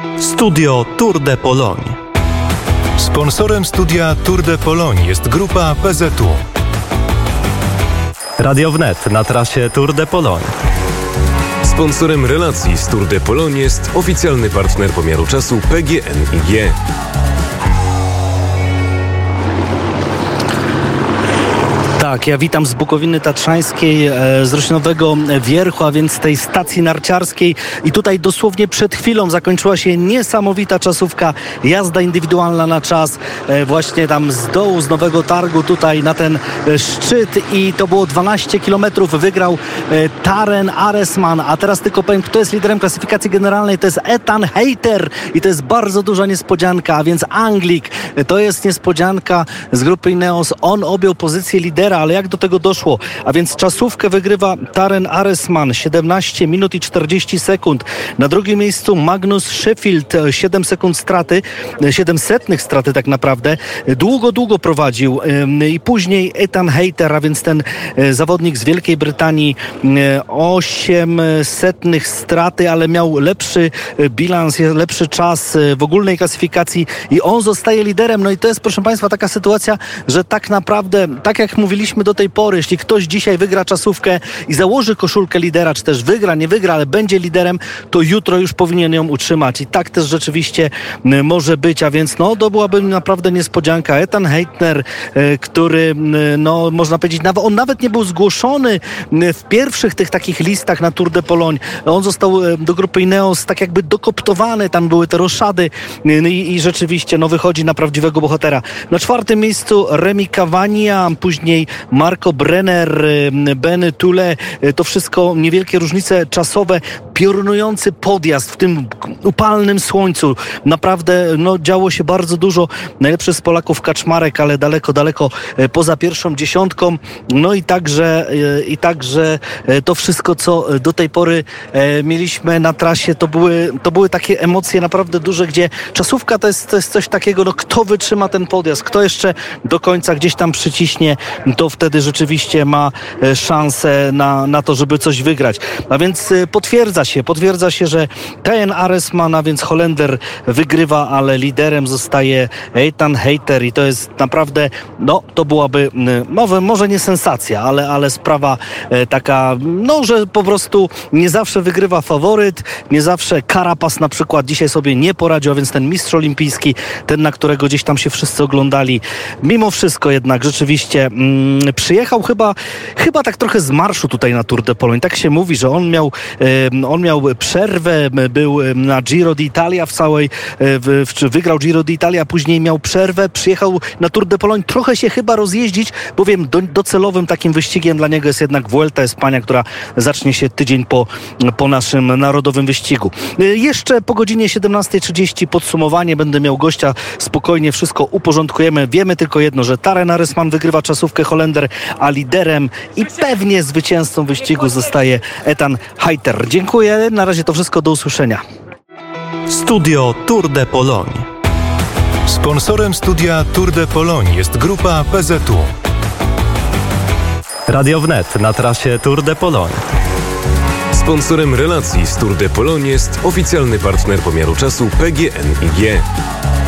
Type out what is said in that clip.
Studio Tour de Pologne. Sponsorem studia Tour de Pologne jest grupa PZU. Radio Wnet na trasie Tour de Pologne. Sponsorem relacji z Tour de Pologne jest oficjalny partner pomiaru czasu PGNiG. Tak, ja witam z Bukowiny Tatrzańskiej, z Roślinowego Wierchu, a więc z tej stacji narciarskiej. I tutaj dosłownie przed chwilą zakończyła się niesamowita czasówka, jazda indywidualna na czas, właśnie tam z dołu, z Nowego Targu, tutaj na ten szczyt i to było 12 km. Wygrał Taren Aresman, a teraz tylko powiem, kto jest liderem klasyfikacji generalnej. To jest Ethan Hayter i to jest bardzo duża niespodzianka, a więc Anglik. To jest niespodzianka z grupy Ineos. On objął pozycję lidera, ale jak do tego doszło? A więc czasówkę wygrywa Taren Aresman, 17 minut i 40 sekund. Na drugim miejscu Magnus Sheffield, 7 sekund straty, 700 straty tak naprawdę. Długo prowadził i później Ethan Hayter, a więc ten zawodnik z Wielkiej Brytanii, 800 straty, ale miał lepszy bilans, lepszy czas w ogólnej klasyfikacji i on zostaje liderem. No i to jest, proszę Państwa, taka sytuacja, że tak naprawdę, tak jak mówiliśmy do tej pory, jeśli ktoś dzisiaj wygra czasówkę i założy koszulkę lidera, czy też wygra, nie wygra, ale będzie liderem, to jutro już powinien ją utrzymać. I tak też rzeczywiście może być, a więc no to byłaby naprawdę niespodzianka. Ethan Hayter, który no można powiedzieć, on nawet nie był zgłoszony w pierwszych tych takich listach na Tour de Pologne. On został do grupy Ineos tak jakby dokoptowany, tam były te roszady i rzeczywiście no wychodzi na prawdziwego bohatera. Na czwartym miejscu Remi Cavagna, później Marco Brenner, Ben Tule, to wszystko niewielkie różnice czasowe, piorunujący podjazd w tym upalnym słońcu. Naprawdę no, działo się bardzo dużo. Najlepszy z Polaków Kaczmarek, ale daleko poza pierwszą dziesiątką. No i także to wszystko, co do tej pory mieliśmy na trasie, to były takie emocje naprawdę duże, gdzie czasówka to jest coś takiego, no kto wytrzyma ten podjazd, kto jeszcze do końca gdzieś tam przyciśnie, to wtedy rzeczywiście ma szansę na to, żeby coś wygrać. A więc potwierdza się, że Taren Aresman, a więc Holender, wygrywa, ale liderem zostaje Ethan Hayter i to jest naprawdę, no to byłaby może nie sensacja, ale sprawa taka, no że po prostu nie zawsze wygrywa faworyt, nie zawsze Carapaz na przykład dzisiaj sobie nie poradził, a więc ten mistrz olimpijski, ten, na którego gdzieś tam się wszyscy oglądali. Mimo wszystko jednak rzeczywiście przyjechał chyba tak trochę z marszu tutaj na Tour de Pologne. Tak się mówi, że on miał przerwę, był na Giro d'Italia wygrał Giro d'Italia, później miał przerwę, przyjechał na Tour de Pologne trochę się chyba rozjeździć, bowiem docelowym takim wyścigiem dla niego jest jednak Vuelta Espania, która zacznie się tydzień po naszym narodowym wyścigu. Jeszcze po godzinie 17:30 podsumowanie, będę miał gościa, spokojnie wszystko uporządkujemy. Wiemy tylko jedno, że Taren Aresman wygrywa czasówkę, Holender, a liderem i pewnie zwycięzcą wyścigu zostaje Ethan Hayter. Dziękuję, na razie to wszystko, do usłyszenia. Studio Tour de Pologne. Sponsorem studia Tour de Pologne jest grupa PZU. Radio Wnet na trasie Tour de Pologne. Sponsorem relacji z Tour de Pologne jest oficjalny partner pomiaru czasu PGNiG.